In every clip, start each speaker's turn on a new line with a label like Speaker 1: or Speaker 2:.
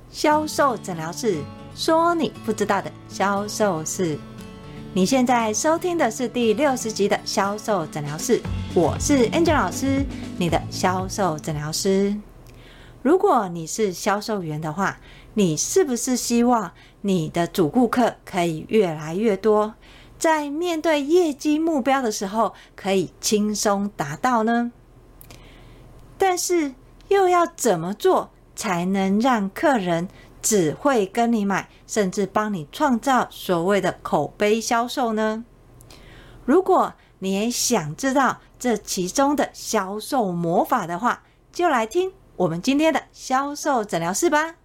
Speaker 1: 销售诊疗室，说你不知道的销售事。你现在收听的是第60集的销售诊疗室，我是 Angel 老师，你的销售诊疗师。如果你是销售员的话，你是不是希望你的主顾客可以越来越多，在面对业绩目标的时候可以轻松达到呢？但是又要怎么做才能让客人只会跟你买，甚至帮你创造所谓的口碑销售呢？如果你也想知道这其中的销售魔法的话，就来听我们今天的销售诊疗室吧。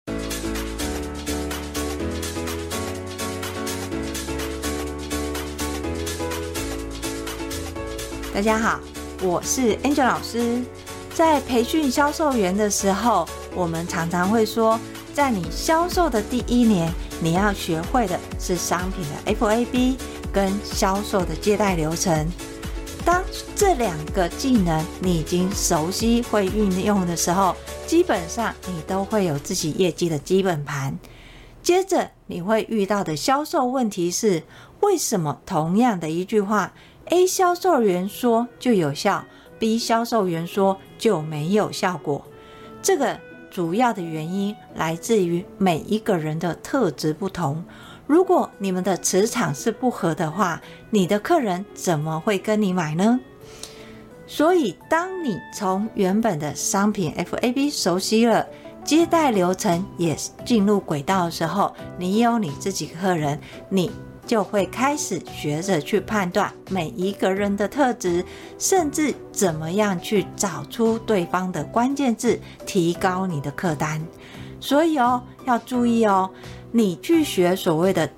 Speaker 1: 大家好，我是 Angel 老师。在培训销售员的时候，我们常常会说，在你销售的第一年，你要学会的是商品的 FAB 跟销售的接待流程。当这两个技能你已经熟悉会运用的时候，基本上你都会有自己业绩的基本盘。接着你会遇到的销售问题是，为什么同样的一句话 A 销售员说就有效， B 销售员说就没有效果？这个主要的原因来自于每一个人的特质不同。如果你们的磁场是不合的话，你的客人怎么会跟你买呢？所以当你从原本的商品 FAB 熟悉了，接待流程也进入轨道的时候，你有你自己客人，你就会开始学着去判断每一个人的特质，甚至怎么样去找出对方的关键字，提高你的客单。所以要注意你去学所谓的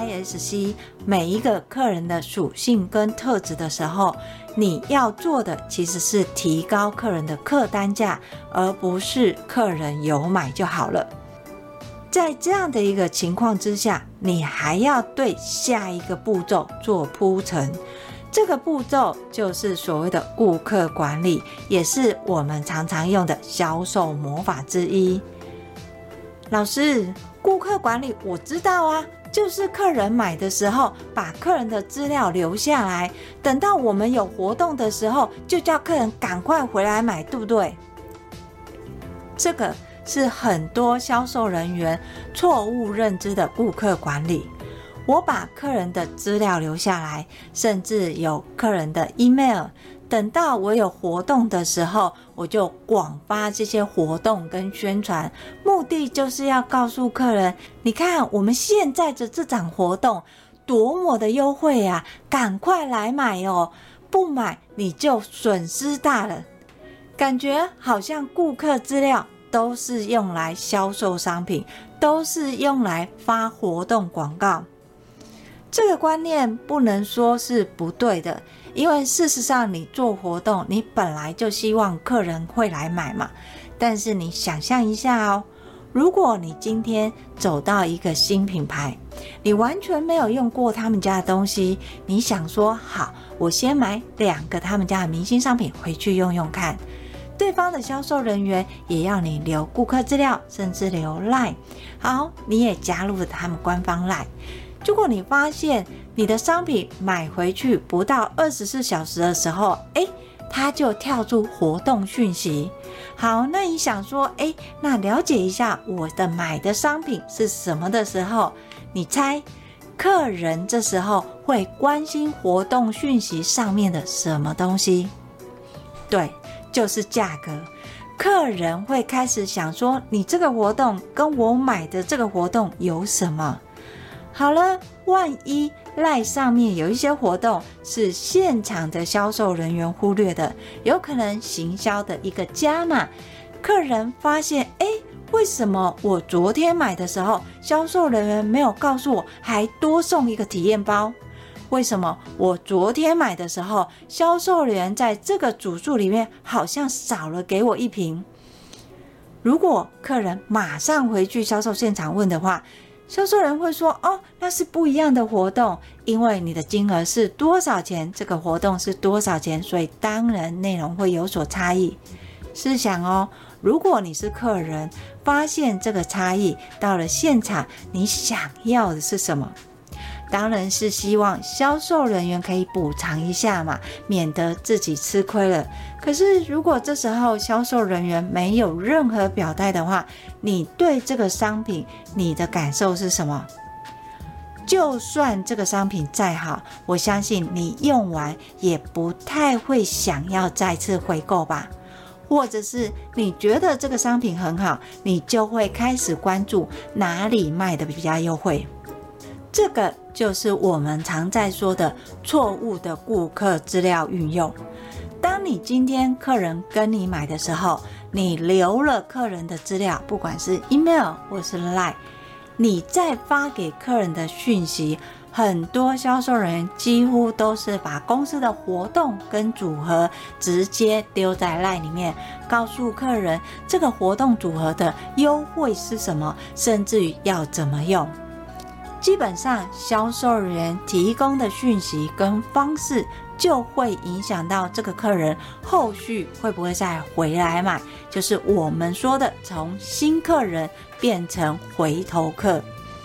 Speaker 1: DISC 每一个客人的属性跟特质的时候，你要做的其实是提高客人的客单价，而不是客人有买就好了。在这样的一个情况之下，你还要对下一个步骤做铺陈。这个步骤就是所谓的顾客管理，也是我们常常用的销售魔法之一。老师，顾客管理我知道啊，就是客人买的时候把客人的资料留下来，等到我们有活动的时候就叫客人赶快回来买，对不对？这个是很多销售人员错误认知的顾客管理。我把客人的资料留下来，甚至有客人的 email， 等到我有活动的时候，我就广发这些活动跟宣传，目的就是要告诉客人，你看我们现在的这场活动多么的优惠啊，赶快来买不买你就损失大了。感觉好像顾客资料都是用来销售商品，都是用来发活动广告。这个观念不能说是不对的，因为事实上你做活动，你本来就希望客人会来买嘛。但是你想象一下如果你今天走到一个新品牌，你完全没有用过他们家的东西，你想说好，我先买2个他们家的明星商品回去用用看。对方的销售人员也要你留顾客资料，甚至留 LINE。 好，你也加入了他们官方 LINE。 结果你发现你的商品买回去不到24小时的时候，它就跳出活动讯息。好，那你想说那了解一下我的买的商品是什么的时候，你猜客人这时候会关心活动讯息上面的什么东西？对，就是价格。客人会开始想说，你这个活动跟我买的这个活动有什么？好了，万一LINE上面有一些活动是现场的销售人员忽略的，有可能行销的一个加码，客人发现为什么我昨天买的时候销售人员没有告诉我还多送一个体验包？为什么我昨天买的时候销售人员在这个组数里面好像少了给我1瓶？如果客人马上回去销售现场问的话，销售人会说那是不一样的活动，因为你的金额是多少钱，这个活动是多少钱，所以当然内容会有所差异。试想如果你是客人，发现这个差异，到了现场，你想要的是什么？当然是希望销售人员可以补偿一下嘛，免得自己吃亏了。可是如果这时候销售人员没有任何表态的话，你对这个商品你的感受是什么？就算这个商品再好，我相信你用完也不太会想要再次回购吧。或者是你觉得这个商品很好，你就会开始关注哪里卖的比较优惠。这个就是我们常在说的错误的顾客资料运用。当你今天客人跟你买的时候，你留了客人的资料，不管是 email 或是 line， 你再发给客人的讯息，很多销售人员几乎都是把公司的活动跟组合直接丢在 line 里面，告诉客人这个活动组合的优惠是什么，甚至于要怎么用。基本上销售人员提供的讯息跟方式就会影响到这个客人后续会不会再回来买，就是我们说的从新客人变成回头客。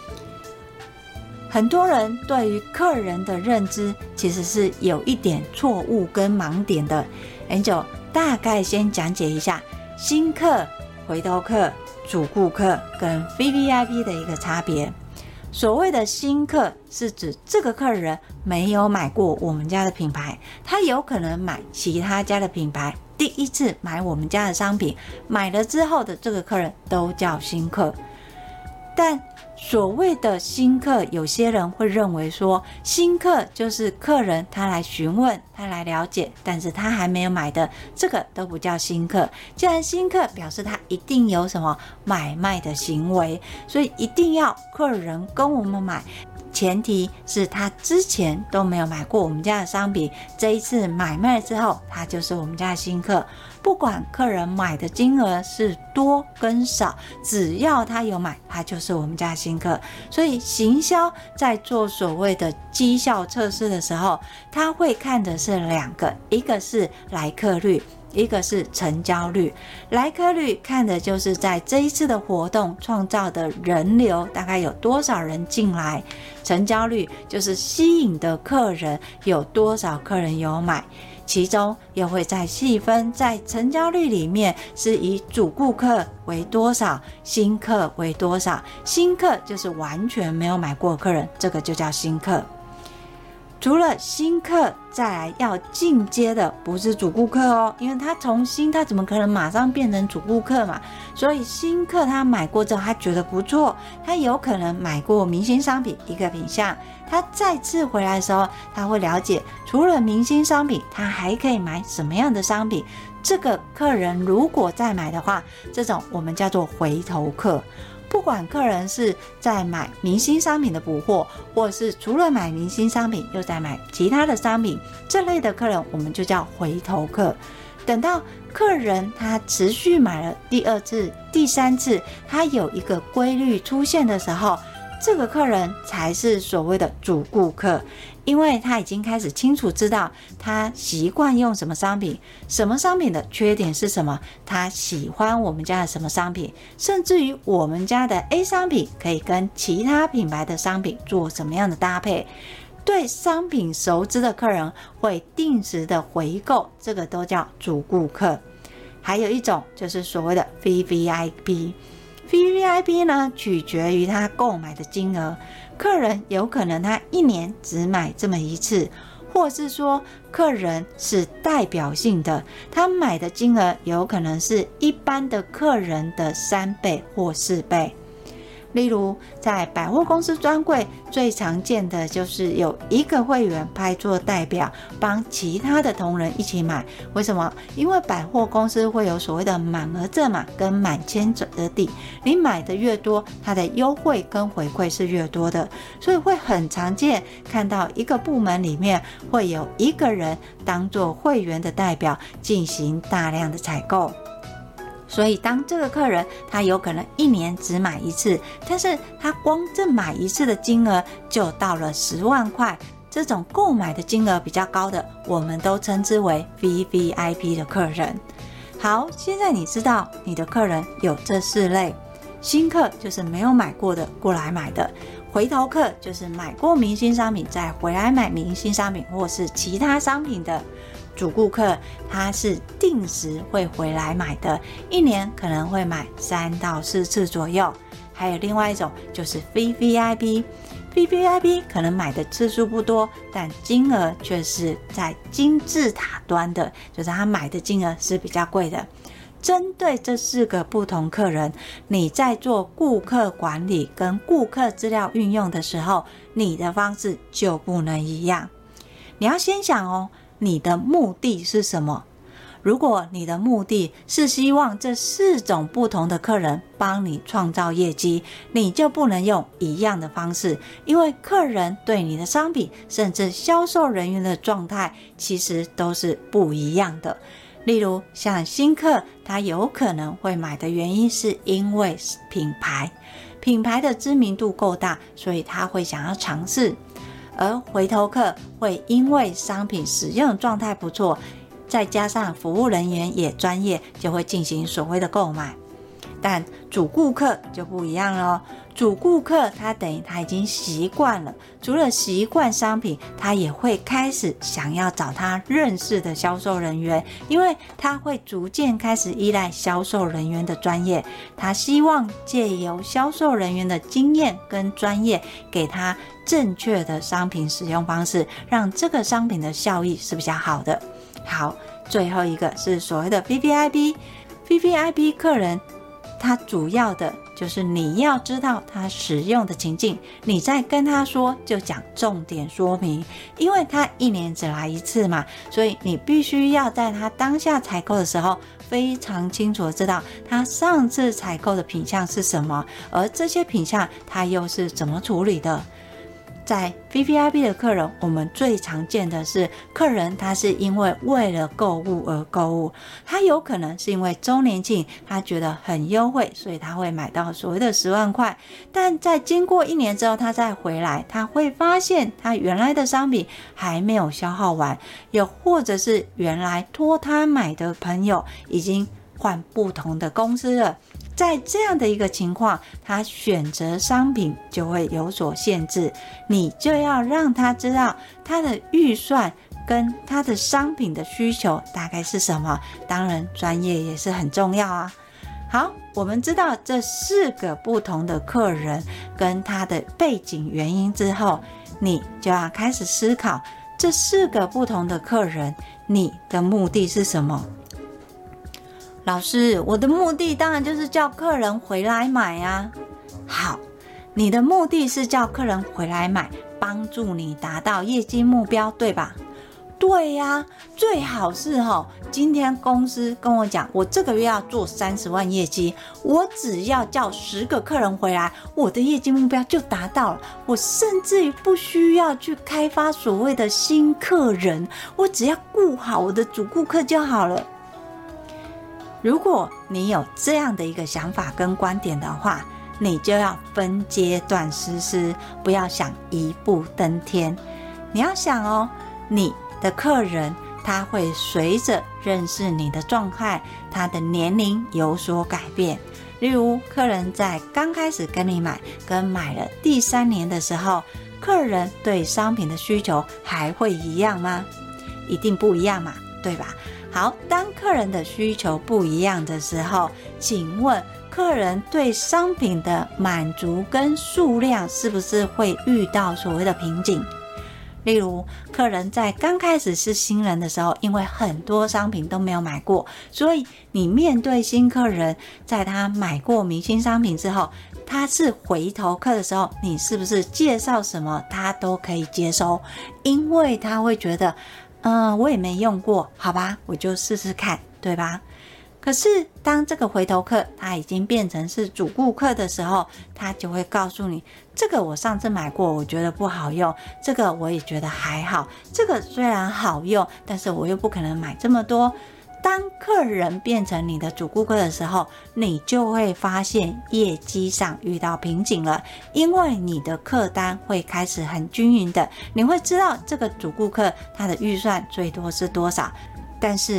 Speaker 1: 很多人对于客人的认知其实是有一点错误跟盲点的。Angel 大概先讲解一下新客、回头客、主顾客跟 VVIP 的一个差别。所谓的新客是指这个客人没有买过我们家的品牌，他有可能买其他家的品牌，第一次买我们家的商品，买了之后的这个客人都叫新客。但所谓的新客，有些人会认为说新客就是客人他来询问，他来了解，但是他还没有买的，这个都不叫新客。既然新客表示他一定有什么买卖的行为，所以一定要客人跟我们买，前提是他之前都没有买过我们家的商品，这一次买卖之后他就是我们家的新客。不管客人买的金额是多跟少，只要他有买，他就是我们家的新客。所以行销在做所谓的绩效测试的时候，他会看的是两个，一个是来客率，一个是成交率。来客率看的就是在这一次的活动创造的人流大概有多少人进来，成交率就是吸引的客人有多少客人有买。其中又会再细分，在成交率里面是以主顾客为多少，新客为多少。新客就是完全没有买过的客人，这个就叫新客。除了新客，再来要进阶的不是主顾客哦，因为他从新，他怎么可能马上变成主顾客嘛？所以新客他买过之后，他觉得不错，他有可能买过明星商品一个品项，他再次回来的时候，他会了解除了明星商品，他还可以买什么样的商品。这个客人如果再买的话，这种我们叫做回头客。不管客人是在买明星商品的补货，或是除了买明星商品又在买其他的商品，这类的客人我们就叫回头客。等到客人他持续买了第二次、第三次，他有一个规律出现的时候，这个客人才是所谓的主顾客，因为他已经开始清楚知道他习惯用什么商品，什么商品的缺点是什么，他喜欢我们家的什么商品，甚至于我们家的 A 商品可以跟其他品牌的商品做什么样的搭配。对商品熟知的客人会定时的回购，这个都叫主顾客。还有一种就是所谓的 VVIP。VVIP 呢，取决于他购买的金额，客人有可能他一年只买这么一次，或是说客人是代表性的，他买的金额有可能是一般的客人的3倍或4倍。例如在百货公司专柜最常见的就是有一个会员派做代表帮其他的同仁一起买。为什么？因为百货公司会有所谓的满额赠嘛跟满千折抵，你买的越多，它的优惠跟回馈是越多的，所以会很常见看到一个部门里面会有一个人当做会员的代表进行大量的采购。所以当这个客人他有可能一年只买一次，但是他光这买一次的金额就到了10万块，这种购买的金额比较高的，我们都称之为 VVIP 的客人。 好，现在你知道你的客人有这4类，新客就是没有买过的过来买的，回头客就是买过明星商品再回来买明星商品或是其他商品的，主顾客他是定时会回来买的，一年可能会买3到4次左右。还有另外一种就是 VVIP，VVIP 可能买的次数不多，但金额却是在金字塔端的，就是他买的金额是比较贵的。针对这4个不同客人，你在做顾客管理跟顾客资料运用的时候，你的方式就不能一样。你要先想哦，你的目的是什么？如果你的目的是希望这4种不同的客人帮你创造业绩，你就不能用一样的方式，因为客人对你的商品甚至销售人员的状态其实都是不一样的。例如像新客，他有可能会买的原因是因为品牌的知名度够大，所以他会想要尝试，而回头客会因为商品使用状态不错，再加上服务人员也专业，就会进行所谓的购买。但主顾客就不一样了，主顾客他等于他已经习惯了，除了习惯商品，他也会开始想要找他认识的销售人员，因为他会逐渐开始依赖销售人员的专业，他希望借由销售人员的经验跟专业，给他正确的商品使用方式，让这个商品的效益是比较好的。好，最后一个是所谓的 VVIP 客人，他主要的就是你要知道他使用的情境，你在跟他说就讲重点说明，因为他1年只来1次嘛，所以你必须要在他当下采购的时候非常清楚的知道他上次采购的品项是什么，而这些品项他又是怎么处理的。在 VVIP 的客人，我们最常见的是客人他是因为了购物而购物，他有可能是因为周年庆他觉得很优惠，所以他会买到所谓的10万块，但在经过1年之后他再回来，他会发现他原来的商品还没有消耗完，又或者是原来托他买的朋友已经换不同的公司了，在这样的一个情况，他选择商品就会有所限制，你就要让他知道他的预算跟他的商品的需求大概是什么，当然专业也是很重要啊。好，我们知道这4个不同的客人跟他的背景原因之后，你就要开始思考这4个不同的客人，你的目的是什么？老师，我的目的当然就是叫客人回来买啊。好，你的目的是叫客人回来买，帮助你达到业绩目标，对吧？对呀，最好是今天公司跟我讲，我这个月要做30万业绩，我只要叫10个客人回来，我的业绩目标就达到了。我甚至于不需要去开发所谓的新客人，我只要顾好我的主顾客就好了。如果你有这样的一个想法跟观点的话，你就要分阶段实施，不要想一步登天。你要想你的客人他会随着认识你的状态，他的年龄有所改变。例如客人在刚开始跟你买，跟买了第3年的时候，客人对商品的需求还会一样吗？一定不一样嘛，对吧？好，当客人的需求不一样的时候，请问客人对商品的满足跟数量是不是会遇到所谓的瓶颈？例如客人在刚开始是新人的时候，因为很多商品都没有买过，所以你面对新客人，在他买过明星商品之后，他是回头客的时候，你是不是介绍什么他都可以接收？因为他会觉得我也没用过，好吧，我就试试看，对吧？可是当这个回头客他已经变成是主顾客的时候，他就会告诉你，这个我上次买过，我觉得不好用，这个我也觉得还好，这个虽然好用，但是我又不可能买这么多。当客人变成你的主顾客的时候，你就会发现业绩上遇到瓶颈了，因为你的客单会开始很均匀的，你会知道这个主顾客他的预算最多是多少，但是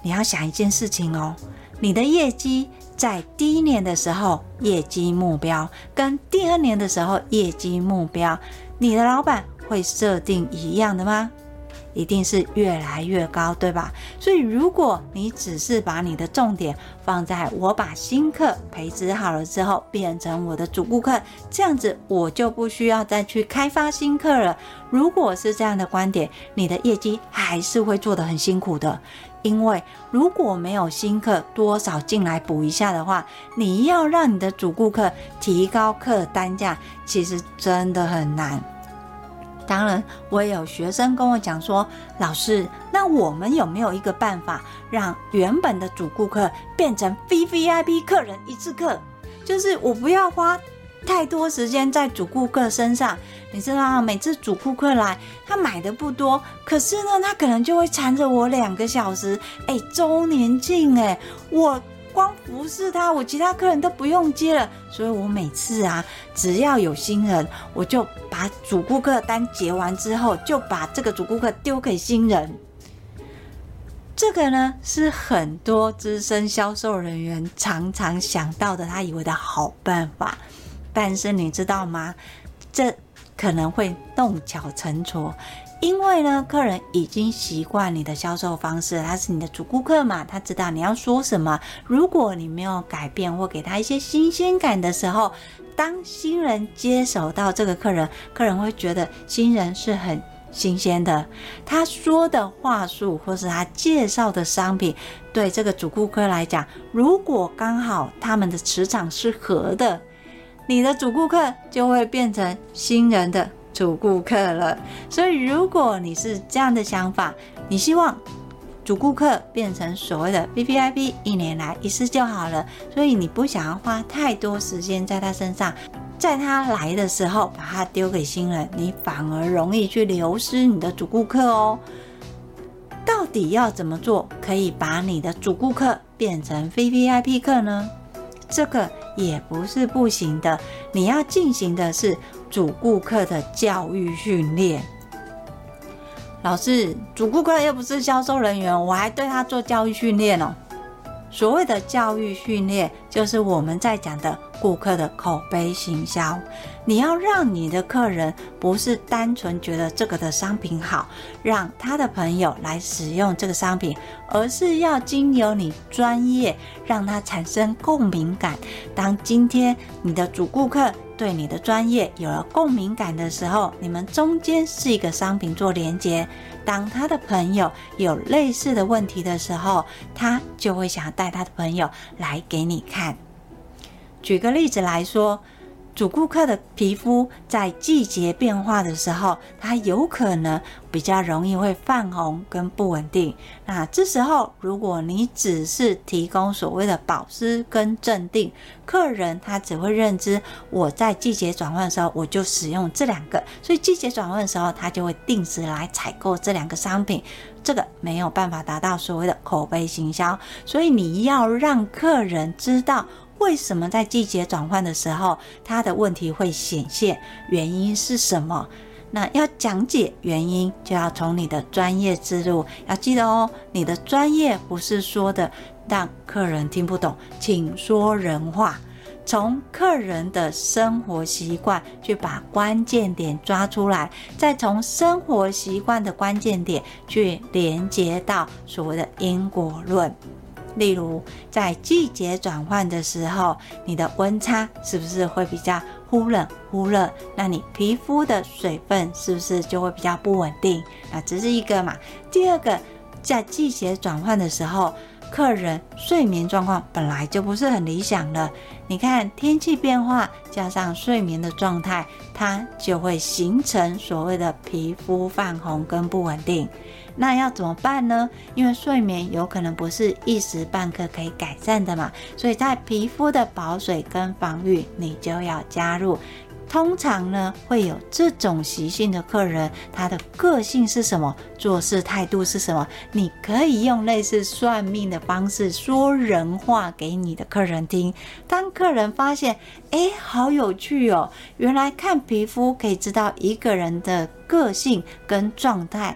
Speaker 1: 你要想一件事情哦，你的业绩在第一年的时候业绩目标跟第二年的时候业绩目标，你的老板会设定一样的吗？一定是越来越高，对吧？所以如果你只是把你的重点放在我把新客培植好了之后变成我的主顾客，这样子我就不需要再去开发新客了。如果是这样的观点，你的业绩还是会做得很辛苦的。因为如果没有新客多少进来补一下的话，你要让你的主顾客提高客单价，其实真的很难。当然我也有学生跟我讲说，老师，那我们有没有一个办法让原本的主顾客变成 VVIP 客人一次客，就是我不要花太多时间在主顾客身上。你知道每次主顾客来，他买的不多，可是呢他可能就会缠着我2个小时。周年庆我光服侍他，我其他客人都不用接了。所以我每次只要有新人，我就把主顾客单结完之后，就把这个主顾客丢给新人。这个呢是很多资深销售人员常常想到的，他以为的好办法。但是你知道吗？这可能会弄巧成拙。因为呢，客人已经习惯你的销售方式，他是你的主顾客嘛，他知道你要说什么。如果你没有改变或给他一些新鲜感的时候，当新人接手到这个客人，客人会觉得新人是很新鲜的，他说的话术或是他介绍的商品，对这个主顾客来讲，如果刚好他们的磁场是合的，你的主顾客就会变成新人的主顾客了。所以如果你是这样的想法，你希望主顾客变成所谓的 VVIP， 1年来一次就好了，所以你不想要花太多时间在他身上，在他来的时候把他丢给新人，你反而容易去流失你的主顾客哦。到底要怎么做可以把你的主顾客变成 VVIP 客呢？这个也不是不行的，你要进行的是主顾客的教育训练。老师，主顾客又不是销售人员，我还对他做教育训练哦。所谓的教育训练，就是我们在讲的顾客的口碑行销。你要让你的客人不是单纯觉得这个的商品好，让他的朋友来使用这个商品，而是要经由你专业，让他产生共鸣感。当今天你的主顾客对你的专业有了共鸣感的时候，你们中间是一个商品做连结，当他的朋友有类似的问题的时候，他就会想带他的朋友来给你看。举个例子来说，主顾客的皮肤在季节变化的时候，它有可能比较容易会泛红跟不稳定。那这时候如果你只是提供所谓的保湿跟镇定，客人他只会认知我在季节转换的时候我就使用这2个，所以季节转换的时候他就会定时来采购这2个商品，这个没有办法达到所谓的口碑行销。所以你要让客人知道为什么在季节转换的时候他的问题会显现，原因是什么。那要讲解原因，就要从你的专业之路，要记得哦，你的专业不是说的让客人听不懂，请说人话，从客人的生活习惯去把关键点抓出来，再从生活习惯的关键点去连接到所谓的因果论。例如在季节转换的时候，你的温差是不是会比较忽冷忽热，那你皮肤的水分是不是就会比较不稳定，那这是一个嘛。第二个，在季节转换的时候，客人睡眠状况本来就不是很理想了，你看天气变化加上睡眠的状态，它就会形成所谓的皮肤泛红跟不稳定。那要怎么办呢？因为睡眠有可能不是一时半刻可以改善的嘛，所以在皮肤的保水跟防御你就要加入。通常呢，会有这种习性的客人，他的个性是什么，做事态度是什么，你可以用类似算命的方式说人话给你的客人听。当客人发现好有趣哦，原来看皮肤可以知道一个人的个性跟状态，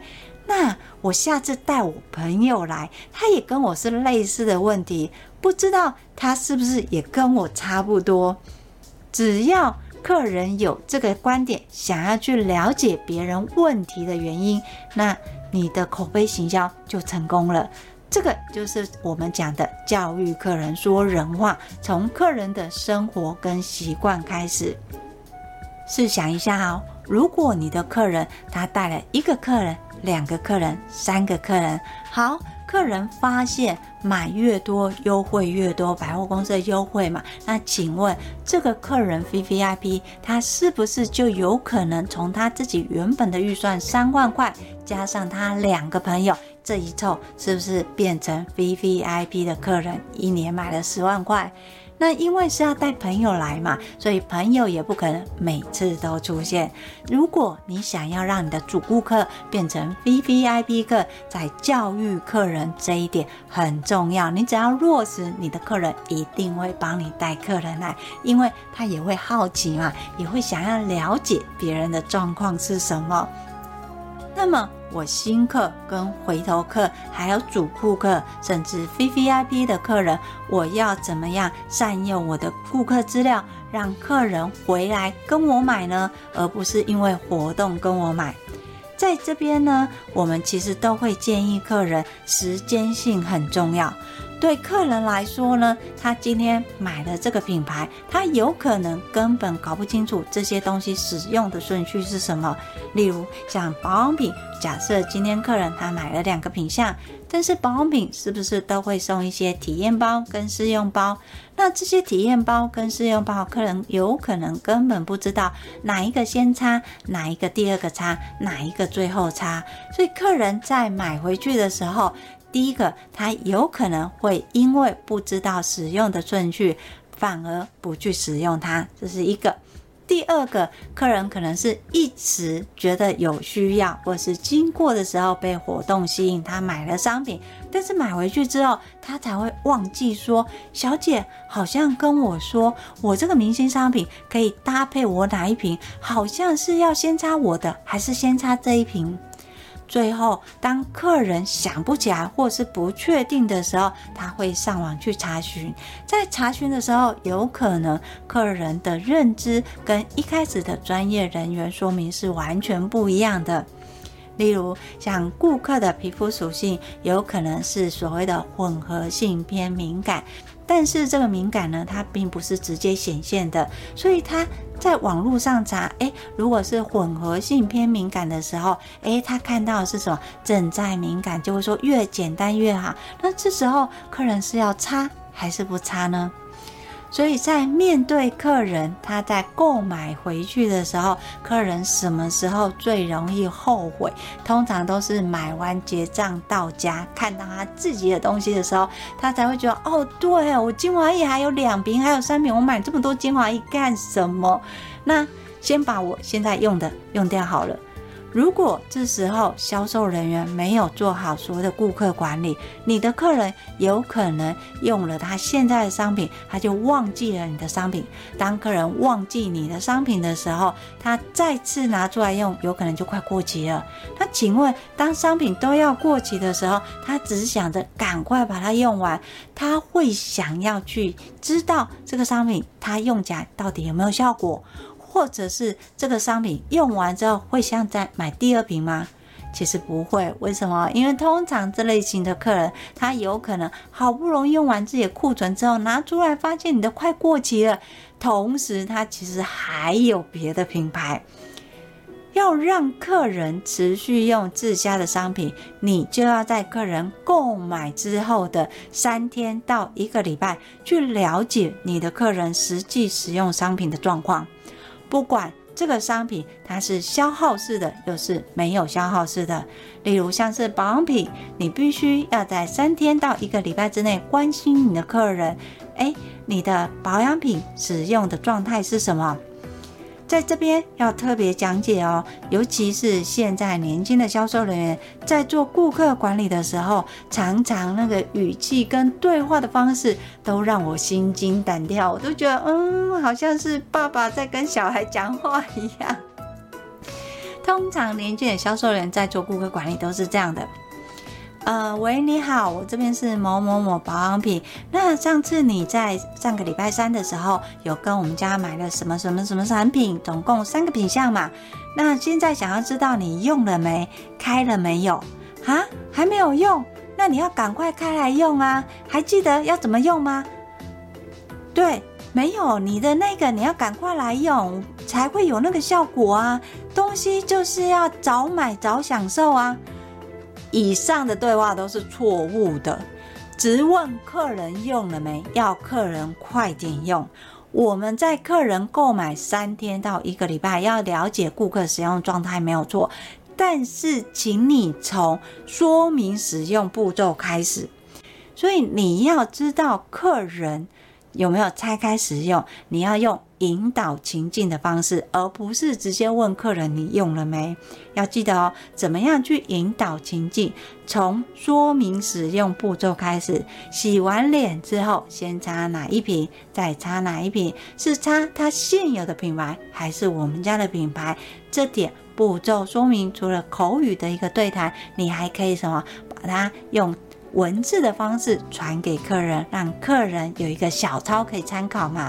Speaker 1: 那我下次带我朋友来，他也跟我是类似的问题，不知道他是不是也跟我差不多。只要客人有这个观点，想要去了解别人问题的原因，那你的口碑行销就成功了。这个就是我们讲的教育客人说人话，从客人的生活跟习惯开始。试想一下哦，如果你的客人他带了1个客人、2个客人、3个客人，好，客人发现买越多优惠越多，百货公司的优惠嘛，那请问这个客人 VVIP 他是不是就有可能从他自己原本的预算3万块加上他2个朋友，这一凑是不是变成 VVIP 的客人1年买了10万块？那因为是要带朋友来嘛，所以朋友也不可能每次都出现。如果你想要让你的主顾客变成 VVIP 客，在教育客人这一点很重要。你只要落实，你的客人一定会帮你带客人来，因为他也会好奇嘛，也会想要了解别人的状况是什么。那么我新客跟回头客还有主顾客甚至 VVIP 的客人，我要怎么样善用我的顾客资料，让客人回来跟我买呢？而不是因为活动跟我买。在这边呢，我们其实都会建议客人时间性很重要。对客人来说呢，他今天买了这个品牌，他有可能根本搞不清楚这些东西使用的顺序是什么。例如像保养品，假设今天客人他买了2个品项，但是保养品是不是都会送一些体验包跟试用包？那这些体验包跟试用包，客人有可能根本不知道哪一个先擦，哪一个第2个擦，哪一个最后擦。所以客人在买回去的时候，第一个，他有可能会因为不知道使用的顺序，反而不去使用它，这是一个。第2个，客人可能是一时觉得有需要，或是经过的时候被活动吸引，他买了商品，但是买回去之后，他才会忘记说，小姐好像跟我说，我这个明星商品可以搭配我哪一瓶，好像是要先擦我的，还是先擦这一瓶？最后当客人想不起来或是不确定的时候，他会上网去查询。在查询的时候，有可能客人的认知跟一开始的专业人员说明是完全不一样的。例如像顾客的皮肤属性有可能是所谓的混合性偏敏感，但是这个敏感呢，它并不是直接显现的，所以他在网络上查，如果是混合性偏敏感的时候，他看到的是什么？正在敏感，就会说越简单越好。那这时候客人是要擦还是不擦呢？所以在面对客人他在购买回去的时候，客人什么时候最容易后悔？通常都是买完结账到家，看到他自己的东西的时候，他才会觉得，哦，对，我精华液还有2瓶还有3瓶，我买这么多精华液干什么？那先把我现在用的用掉好了。如果这时候销售人员没有做好所谓的顾客管理，你的客人有可能用了他现在的商品，他就忘记了你的商品。当客人忘记你的商品的时候，他再次拿出来用，有可能就快过期了。那请问，当商品都要过期的时候，他只想着赶快把它用完，他会想要去知道这个商品他用起来到底有没有效果？或者是这个商品用完之后会想再买第2瓶吗？其实不会。为什么？因为通常这类型的客人，他有可能好不容易用完自己的库存之后，拿出来发现你的快过期了，同时他其实还有别的品牌。要让客人持续用自家的商品，你就要在客人购买之后的3天到1个礼拜去了解你的客人实际使用商品的状况。不管这个商品它是消耗式的又是没有消耗式的，例如像是保养品，你必须要在3天到1个礼拜之内关心你的客人，你的保养品使用的状态是什么？在这边要特别讲解哦，尤其是现在年轻的销售人员在做顾客管理的时候，常常那个语气跟对话的方式都让我心惊胆跳，我都觉得好像是爸爸在跟小孩讲话一样。 通常年轻的销售人在做顾客管理都是这样的。喂，你好，我这边是某某某保养品。那上次你在上个礼拜三的时候有跟我们家买了什么什么什么产品，总共3个品项嘛？那现在想要知道你用了没，开了没有？啊，还没有用？那你要赶快开来用啊！还记得要怎么用吗？对，没有，你的那个你要赶快来用，才会有那个效果啊！东西就是要早买早享受啊！以上的对话都是错误的，只问客人用了没，要客人快点用。我们在客人购买3天到1个礼拜，要了解顾客使用状态没有错，但是请你从说明使用步骤开始。所以你要知道客人有没有拆开使用，你要用引导情境的方式，而不是直接问客人你用了没。要记得怎么样去引导情境，从说明使用步骤开始。洗完脸之后先擦哪一瓶，再擦哪一瓶，是擦它现有的品牌还是我们家的品牌，这点步骤说明除了口语的一个对谈，你还可以把它用文字的方式传给客人，让客人有一个小抄可以参考嘛。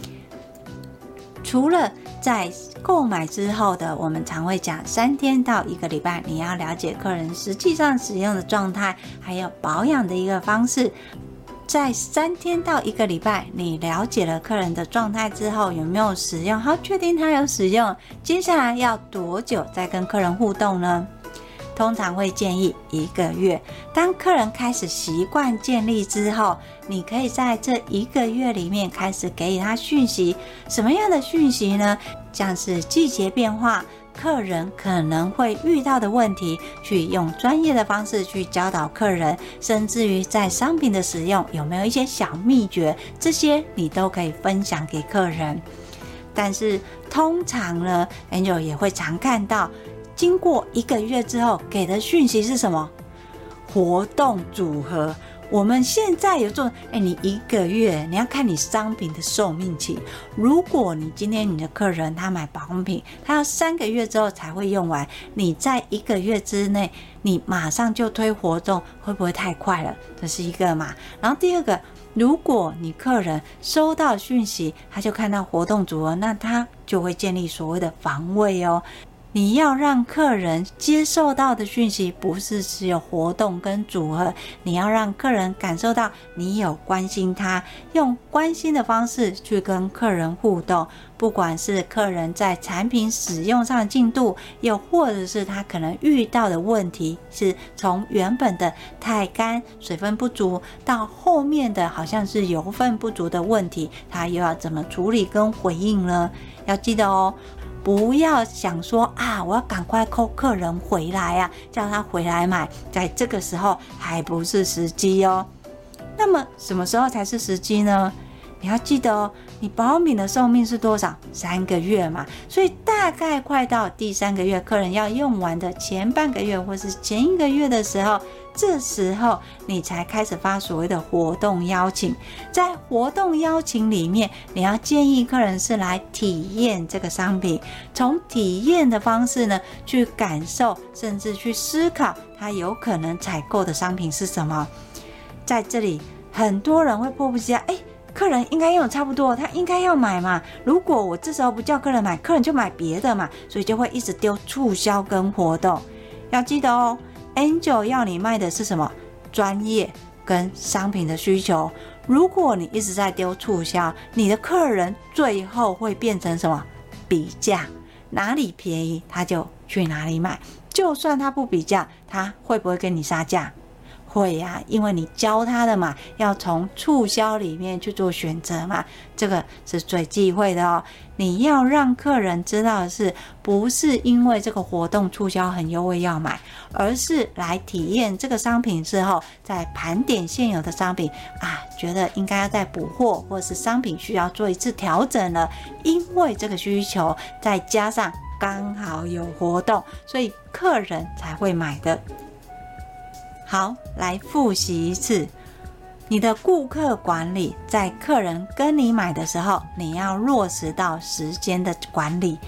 Speaker 1: 除了在购买之后的，我们常会讲3天到1个礼拜，你要了解客人实际上使用的状态，还有保养的一个方式。在3天到1个礼拜，你了解了客人的状态之后，有没有使用，好，确定他有使用，接下来要多久再跟客人互动呢？通常会建议1个月。当客人开始习惯建立之后，你可以在这1个月里面开始给予他讯息。什么样的讯息呢？像是季节变化，客人可能会遇到的问题，去用专业的方式去教导客人，甚至于在商品的使用有没有一些小秘诀，这些你都可以分享给客人。但是通常呢 Angel 也会常看到，经过1个月之后给的讯息是什么？活动组合。我们现在有做，你1个月你要看你商品的寿命期。如果你今天你的客人他买保养品，他要3个月之后才会用完，你在1个月之内你马上就推活动，会不会太快了？这是一个嘛。然后第二个，如果你客人收到讯息，他就看到活动组合，那他就会建立所谓的防卫哦。你要让客人接受到的讯息不是只有活动跟组合，你要让客人感受到你有关心他，用关心的方式去跟客人互动，不管是客人在产品使用上的进度，又或者是他可能遇到的问题，是从原本的太干水分不足到后面的好像是油分不足的问题，他又要怎么处理跟回应呢？要记得哦，不要想说我要赶快扣客人回来啊，叫他回来买，在这个时候还不是时机哦。那么什么时候才是时机呢？你要记得哦，你保养品的寿命是多少？3个月嘛，所以大概快到第3个月，客人要用完的前半个月或是前1个月的时候，这时候你才开始发所谓的活动邀请。在活动邀请里面，你要建议客人是来体验这个商品，从体验的方式呢，去感受甚至去思考他有可能采购的商品是什么。在这里很多人会迫不及待，客人应该用的差不多，他应该要买嘛，如果我这时候不叫客人买，客人就买别的嘛，所以就会一直丢促销跟活动。要记得哦，Angel 要你卖的是什么？专业跟商品的需求。如果你一直在丢促销，你的客人最后会变成什么？比价，哪里便宜他就去哪里买，就算他不比价，他会不会跟你杀价？会呀，因为你教他的嘛，要从促销里面去做选择嘛，这个是最忌讳的哦。你要让客人知道的是，不是因为这个活动促销很优惠要买，而是来体验这个商品之后，在盘点现有的商品觉得应该要再补货，或是商品需要做一次调整了，因为这个需求，再加上刚好有活动，所以客人才会买的。好，来复习一次你的顾客管理。在客人跟你买的时候，你要落实到时间的管理，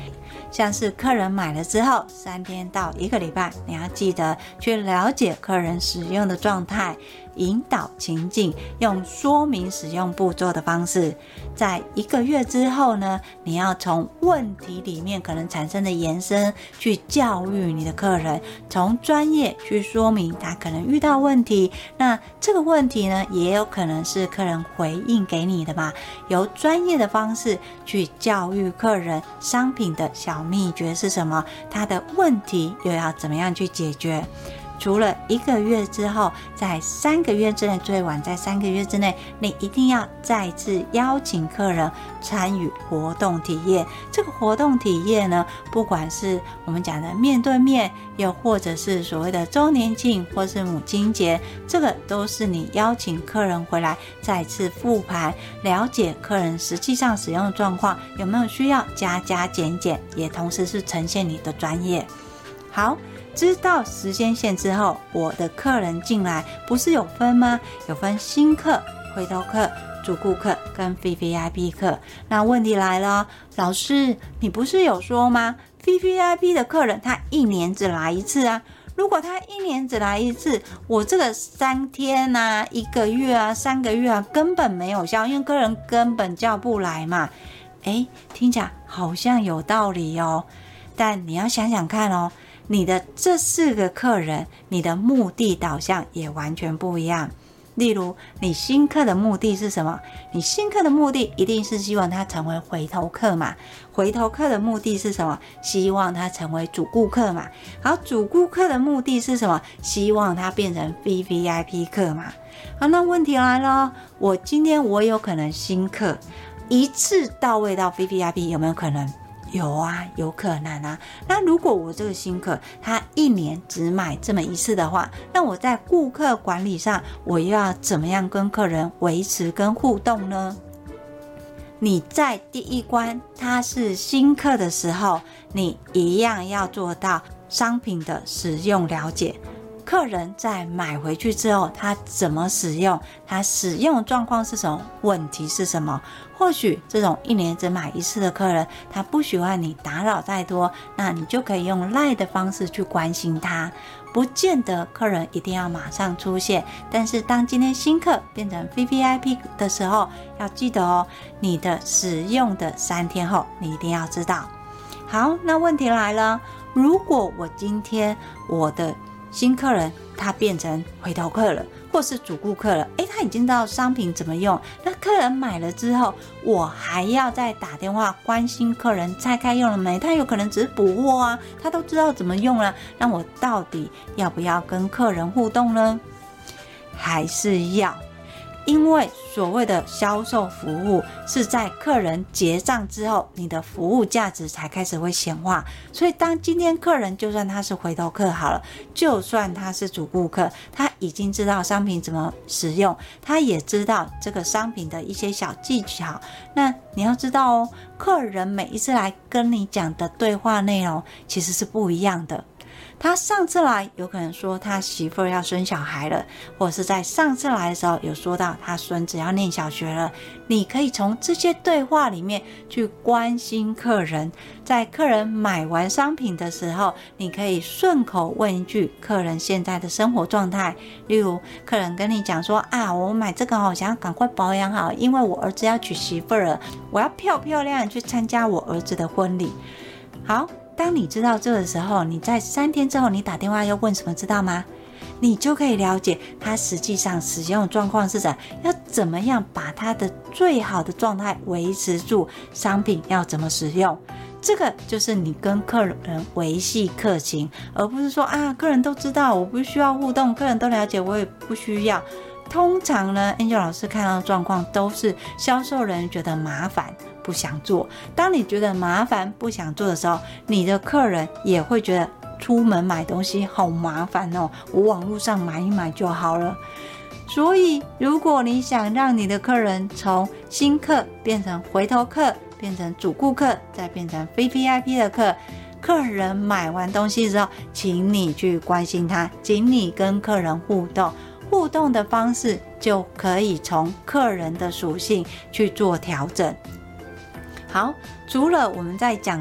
Speaker 1: 像是客人买了之后3天到1个礼拜，你要记得去了解客人使用的状态，引导情境，用说明使用步骤的方式。在1个月之后呢，你要从问题里面可能产生的延伸去教育你的客人，从专业去说明他可能遇到问题，那这个问题呢也有可能是客人回应给你的嘛，由专业的方式去教育客人商品的小秘诀是什么，他的问题又要怎么样去解决。除了1个月之后，在3个月之内，最晚在3个月之内，你一定要再次邀请客人参与活动体验。这个活动体验呢，不管是我们讲的面对面，又或者是所谓的周年庆或是母亲节，这个都是你邀请客人回来再次复盘，了解客人实际上使用的状况，有没有需要加减，也同时是呈现你的专业。好，知道时间线之后，我的客人进来不是有分吗？有分新客、回头客、主顾客跟 VVIP 客。那问题来了，老师，你不是有说吗？ VVIP 的客人他1年只来1次啊。如果他1年只来1次，我这个3天啊、1个月啊、3个月啊，根本没有效，因为客人根本叫不来嘛。听起来好像有道理哦，但你要想想看哦，你的这4个客人，你的目的导向也完全不一样。例如，你新客的目的是什么？你新客的目的一定是希望他成为回头客嘛。回头客的目的是什么？希望他成为主顾客嘛。好，主顾客的目的是什么？希望他变成 VVIP 客嘛。好，那问题来了，今天我有可能新客一次到位到 VVIP， 有没有可能？有啊，有可能啊。那如果我这个新客他1年只买这么1次的话，那我在顾客管理上，我又要怎么样跟客人维持跟互动呢？你在第1关他是新客的时候，你一样要做到商品的使用了解。客人在买回去之后，他怎么使用，他使用状况是什么，问题是什么。或许这种1年只买1次的客人，他不喜欢你打扰太多，那你就可以用 LINE 的方式去关心他，不见得客人一定要马上出现。但是当今天新客变成 VVIP 的时候，要记得哦，你的使用的3天后，你一定要知道。好，那问题来了，如果我今天我的新客人他变成回头客了，或是主顾客了，他已经知道商品怎么用，那客人买了之后，我还要再打电话关心客人拆开用了没，他有可能只是补货啊，他都知道怎么用了，那我到底要不要跟客人互动呢？还是要，因为所谓的销售服务是在客人结账之后，你的服务价值才开始会显化。所以当今天客人就算他是回头客好了，就算他是主顾客，他已经知道商品怎么使用，他也知道这个商品的一些小技巧。那你要知道哦，客人每一次来跟你讲的对话内容其实是不一样的。他上次来有可能说他媳妇儿要生小孩了，或者是在上次来的时候有说到他孙子要念小学了。你可以从这些对话里面去关心客人，在客人买完商品的时候，你可以顺口问一句客人现在的生活状态。例如客人跟你讲说啊，我买这个想要赶快保养好，因为我儿子要娶媳妇儿了，我要漂漂亮亮去参加我儿子的婚礼。好，当你知道这个时候，你在3天之后你打电话要问什么知道吗？你就可以了解他实际上使用的状况是怎样，要怎么样把他的最好的状态维持住，商品要怎么使用。这个就是你跟客人维系客情，而不是说啊，客人都知道我不需要互动，客人都了解我也不需要。通常呢 Angel 老师看到的状况都是销售人觉得麻烦不想做。当你觉得麻烦不想做的时候，你的客人也会觉得出门买东西好麻烦哦，我网络上买一买就好了。所以如果你想让你的客人从新客变成回头客，变成主顾客，再变成 VVIP 的客人买完东西之后，请你去关心他，请你跟客人互动的方式就可以从客人的属性去做调整。好，除了我们在讲的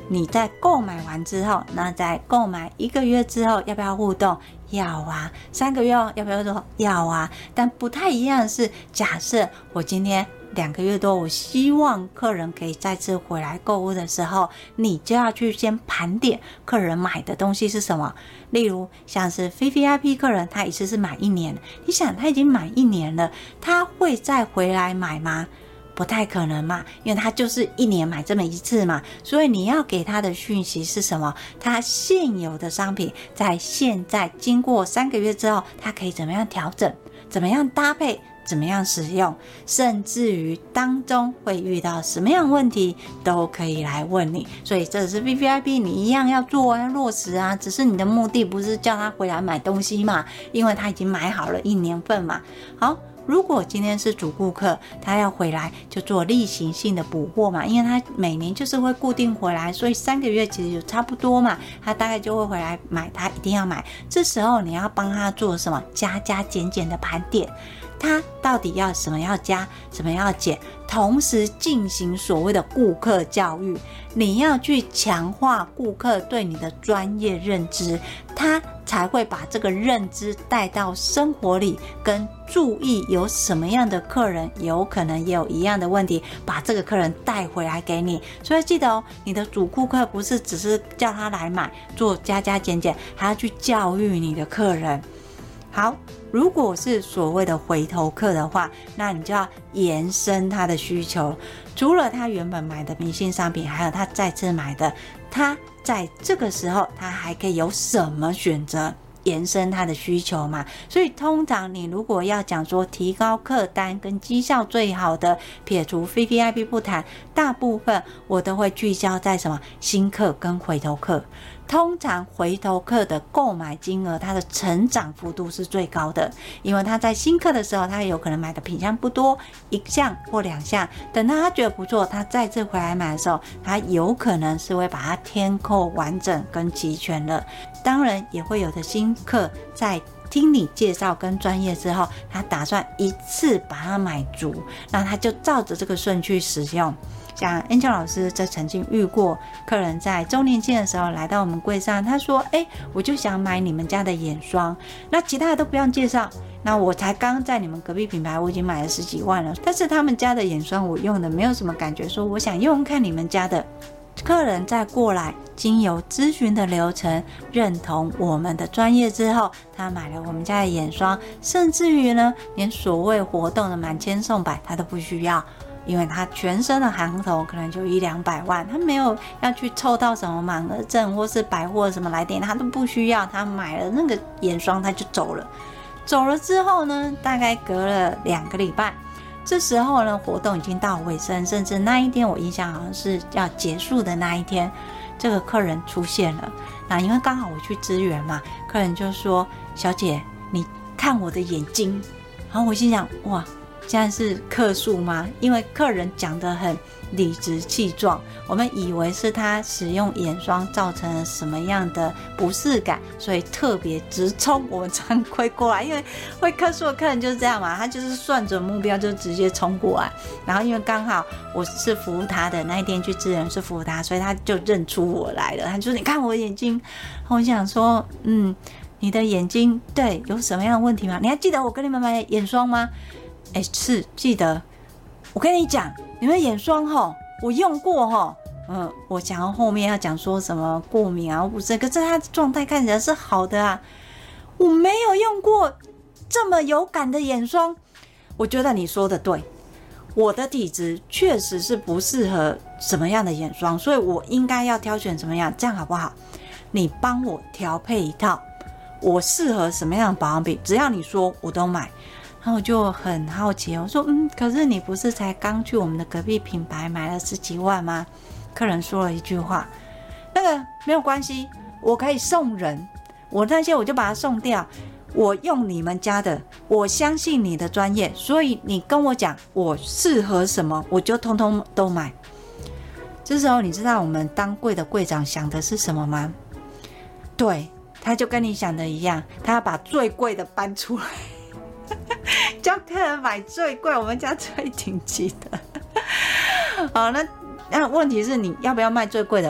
Speaker 1: 你在购买完之后，那在购买1个月之后要不要互动？要啊。3个月要不要说？要啊。但不太一样的是，假设我今天2个月多，我希望客人可以再次回来购物的时候，你就要去先盘点客人买的东西是什么。例如像是 VVIP 客人，他一次是买1年，你想他已经买1年了，他会再回来买吗？不太可能嘛，因为他就是1年买这么一次嘛，所以你要给他的讯息是什么？他现有的商品在现在经过3个月之后，他可以怎么样调整，怎么样搭配，怎么样使用，甚至于当中会遇到什么样的问题都可以来问你。所以这是 VVIP 你一样要做要落实啊，只是你的目的不是叫他回来买东西嘛，因为他已经买好了1年份嘛。好，如果今天是主顾客，他要回来就做例行性的补货嘛，因为他每年就是会固定回来，所以3个月其实就差不多嘛，他大概就会回来买，他一定要买。这时候你要帮他做什么？加加减减的盘点，他到底要什么要加，什么要减，同时进行所谓的顾客教育。你要去强化顾客对你的专业认知，他才会把这个认知带到生活里，跟注意有什么样的客人有可能也有一样的问题，把这个客人带回来给你。所以记得哦，你的主顾客不是只是叫他来买做加加减减，还要去教育你的客人。好，如果是所谓的回头客的话，那你就要延伸他的需求，除了他原本买的明星商品，还有他再次买的，他在这个时候他还可以有什么选择，延伸他的需求嘛。所以通常你如果要讲说提高客单跟绩效最好的，撇除 VVIP 不谈，大部分我都会聚焦在什么？新客跟回头客。通常回头客的购买金额，它的成长幅度是最高的，因为他在新客的时候，他有可能买的品项不多，1项或2项，等到他觉得不错，他再次回来买的时候，他有可能是会把它添购完整跟齐全了。当然也会有的新客在听你介绍跟专业之后，他打算一次把它买足，那他就照着这个顺序使用。像 Angel 老师这曾经遇过客人在周年庆的时候来到我们柜上，他说我就想买你们家的眼霜，那其他的都不用介绍，那我才刚在你们隔壁品牌我已经买了10几万了，但是他们家的眼霜我用的没有什么感觉，说我想用看你们家的。客人再过来经由咨询的流程认同我们的专业之后，他买了我们家的眼霜，甚至于呢连所谓活动的满千送百他都不需要，因为他全身的行头可能就100-200万，他没有要去凑到什么满额赠或是百货什么来点，他都不需要，他买了那个眼霜他就走了。走了之后呢，大概隔了2个礼拜，这时候呢活动已经到尾声，甚至那一天我印象好像是要结束的那一天，这个客人出现了。那因为刚好我去支援嘛，客人就说：小姐你看我的眼睛。然后我心想，哇，现在是客诉吗？因为客人讲得很理直气壮，我们以为是他使用眼霜造成了什么样的不适感，所以特别直冲我们专柜过来。因为会客诉的客人就是这样嘛，他就是算准目标就直接冲过来。然后因为刚好我是服务他的，那一天去支援是服务他，所以他就认出我来了。他就说：你看我的眼睛。我想说，你的眼睛对有什么样的问题吗？你还记得我跟你们买眼霜吗？是记得。我跟你讲，你们眼霜我用过我想要后面要讲说什么过敏啊，不是，可是他的状态看起来是好的啊。我没有用过这么有感的眼霜。我觉得你说的对，我的体质确实是不适合什么样的眼霜，所以我应该要挑选什么样，这样好不好？你帮我调配一套，我适合什么样的保养品，只要你说我都买。然后我就很好奇，我说可是你不是才刚去我们的隔壁品牌买了10几万吗？客人说了一句话，那个没有关系，我可以送人，我那些我就把它送掉，我用你们家的，我相信你的专业，所以你跟我讲我适合什么，我就通通都买。这时候你知道我们当柜的柜长想的是什么吗？对，他就跟你想的一样，他要把最贵的搬出来叫客人买最贵，我们家最顶级的。好，那问题是你要不要卖最贵的嘛？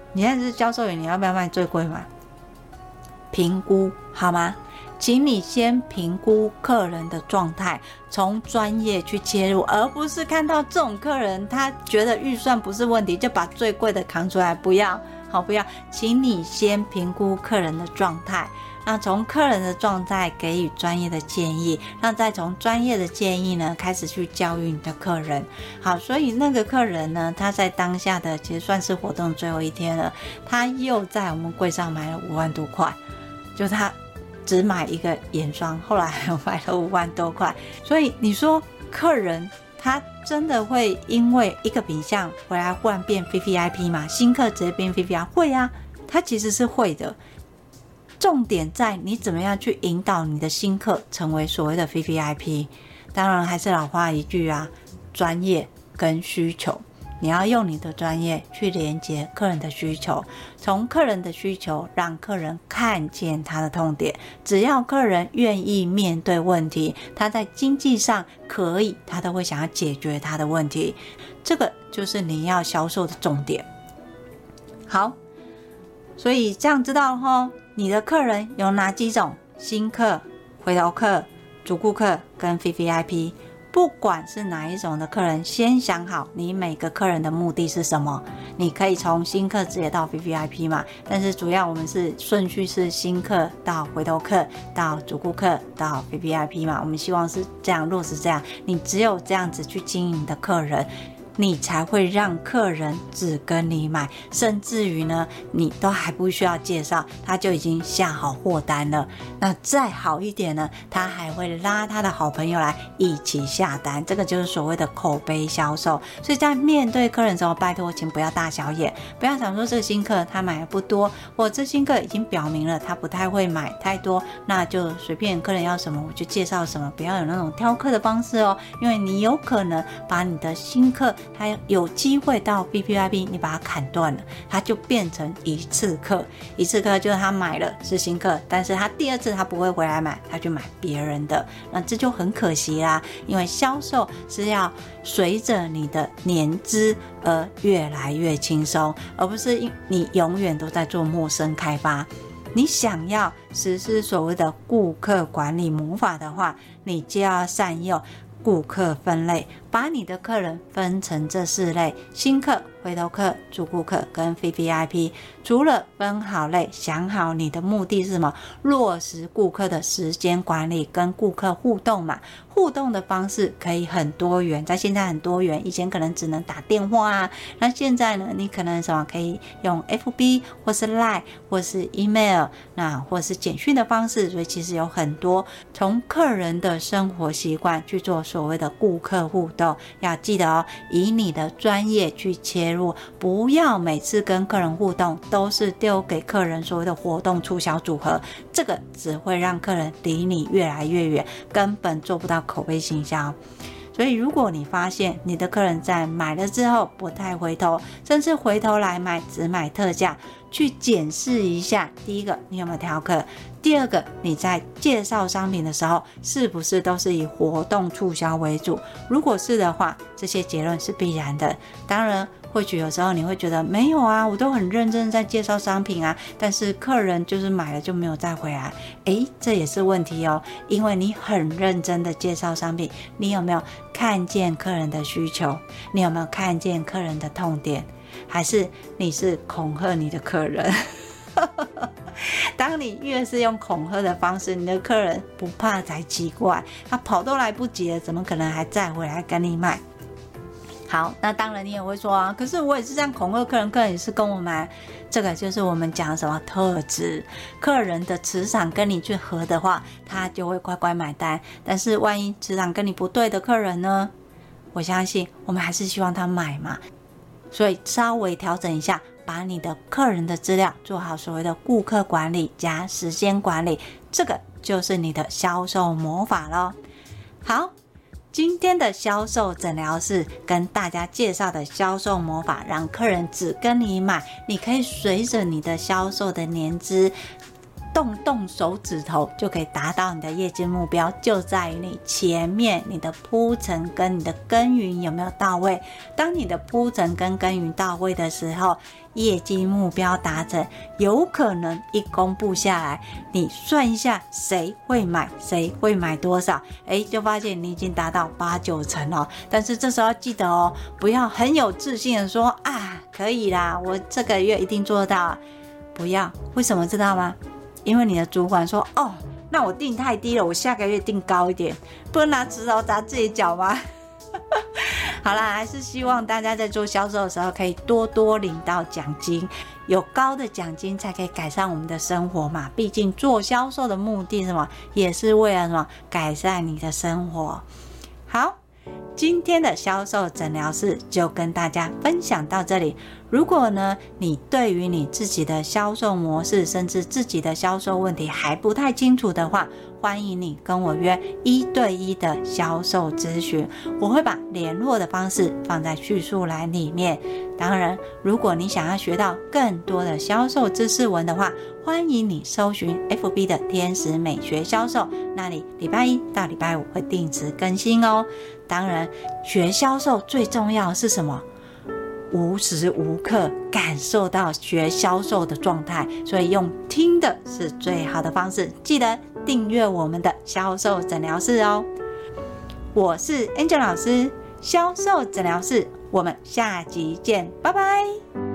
Speaker 1: 你现在是销售员，你要不要卖最贵嘛？评估好吗？请你先评估客人的状态，从专业去切入，而不是看到这种客人他觉得预算不是问题就把最贵的扛出来，不要，好，不要，请你先评估客人的状态，那从客人的状态给予专业的建议，那再从专业的建议呢开始去教育你的客人。好，所以那个客人呢，他在当下的其实算是活动最后一天了，他又在我们柜上买了5万多块，就他只买一个眼霜，后来还买了5万多块。所以你说客人他真的会因为一个品项回来忽然变 VVIP 吗？新客直接变 VVIP？ 会啊，他其实是会的。重点在你怎么样去引导你的新客成为所谓的 VVIP。 当然还是老话一句啊，专业跟需求，你要用你的专业去连接客人的需求，从客人的需求让客人看见他的痛点，只要客人愿意面对问题，他在经济上可以，他都会想要解决他的问题，这个就是你要销售的重点。好，所以这样知道了齁，你的客人有哪几种？新客、回头客、主顾客跟 VVIP。不管是哪一种的客人，先想好你每个客人的目的是什么。你可以从新客直接到 VVIP 嘛，但是主要我们是顺序是新客到回头客到主顾客到 VVIP 嘛，我们希望是这样，落实这样。你只有这样子去经营你的客人，你才会让客人只跟你买，甚至于呢，你都还不需要介绍，他就已经下好货单了。那再好一点呢，他还会拉他的好朋友来一起下单，这个就是所谓的口碑销售。所以在面对客人的时候，拜托请不要大小眼，不要想说这个新客他买的不多，或这新客已经表明了他不太会买太多，那就随便客人要什么我就介绍什么，不要有那种挑客的方式哦，因为你有可能把你的新客他有机会到 VVIP， 你把它砍断了，他就变成一次客。一次客就是他买了是新客，但是他第二次他不会回来买，他去买别人的，那这就很可惜啦。因为销售是要随着你的年资而越来越轻松，而不是你永远都在做陌生开发。你想要实施所谓的顾客管理魔法的话，你就要善用顾客分类，把你的客人分成这4类：新客、回头客、主顾客跟 VVIP。 除了分好类，想好你的目的是什么，落实顾客的时间管理跟顾客互动嘛。互动的方式可以很多元，在现在很多元，以前可能只能打电话啊，那现在呢，你可能什么可以用 FB 或是 LINE 或是 email， 那或是简讯的方式。所以其实有很多从客人的生活习惯去做所谓的顾客互动。要记得哦，以你的专业去切入，不要每次跟客人互动都是丢给客人所谓的活动促销组合，这个只会让客人离你越来越远，根本做不到口碑行销。所以如果你发现你的客人在买了之后不太回头，甚至回头来买只买特价，去检视一下，第一个你有没有挑客，第二个你在介绍商品的时候是不是都是以活动促销为主。如果是的话，这些结论是必然的。当然或许有时候你会觉得没有啊，我都很认真在介绍商品啊，但是客人就是买了就没有再回来，这也是问题哦。因为你很认真的介绍商品，你有没有看见客人的需求，你有没有看见客人的痛点，还是你是恐吓你的客人当你越是用恐吓的方式，你的客人不怕才奇怪，他跑都来不及了，怎么可能还再回来跟你买。好，那当然你也会说啊，可是我也是这样恐吓客人，客人也是跟我买。这个就是我们讲什么特质，客人的磁场跟你去合的话，他就会乖乖买单。但是万一磁场跟你不对的客人呢，我相信我们还是希望他买嘛。所以稍微调整一下，把你的客人的资料做好所谓的顾客管理加时间管理，这个就是你的销售魔法咯。好，今天的销售诊疗室跟大家介绍的销售魔法，让客人只跟你买，你可以随着你的销售的年资动手指头就可以达到你的业绩目标，就在于你前面你的铺陈跟你的耕耘有没有到位。当你的铺陈跟耕耘到位的时候，业绩目标达成，有可能一公布下来，你算一下谁会买，谁会买多少，就发现你已经达到8-9成了。但是这时候要记得哦，不要很有自信的说可以啦，我这个月一定做得到。不要，为什么知道吗？因为你的主管说那我定太低了，我下个月定高一点，不能拿石头砸自己脚吗？好啦，还是希望大家在做销售的时候可以多多领到奖金，有高的奖金才可以改善我们的生活嘛。毕竟做销售的目的是什么？也是为了什么？改善你的生活。好，今天的销售诊疗室就跟大家分享到这里。如果呢，你对于你自己的销售模式，甚至自己的销售问题还不太清楚的话，欢迎你跟我约1对1的销售咨询，我会把联络的方式放在叙述栏里面。当然，如果你想要学到更多的销售知识文的话，欢迎你搜寻 FB 的天使美学销售，那里礼拜1到礼拜5会定时更新哦。当然，学销售最重要的是什么？无时无刻感受到学销售的状态，所以用听的是最好的方式。记得订阅我们的销售诊疗室哦。我是 Angel 老师，销售诊疗室，我们下集见，拜拜。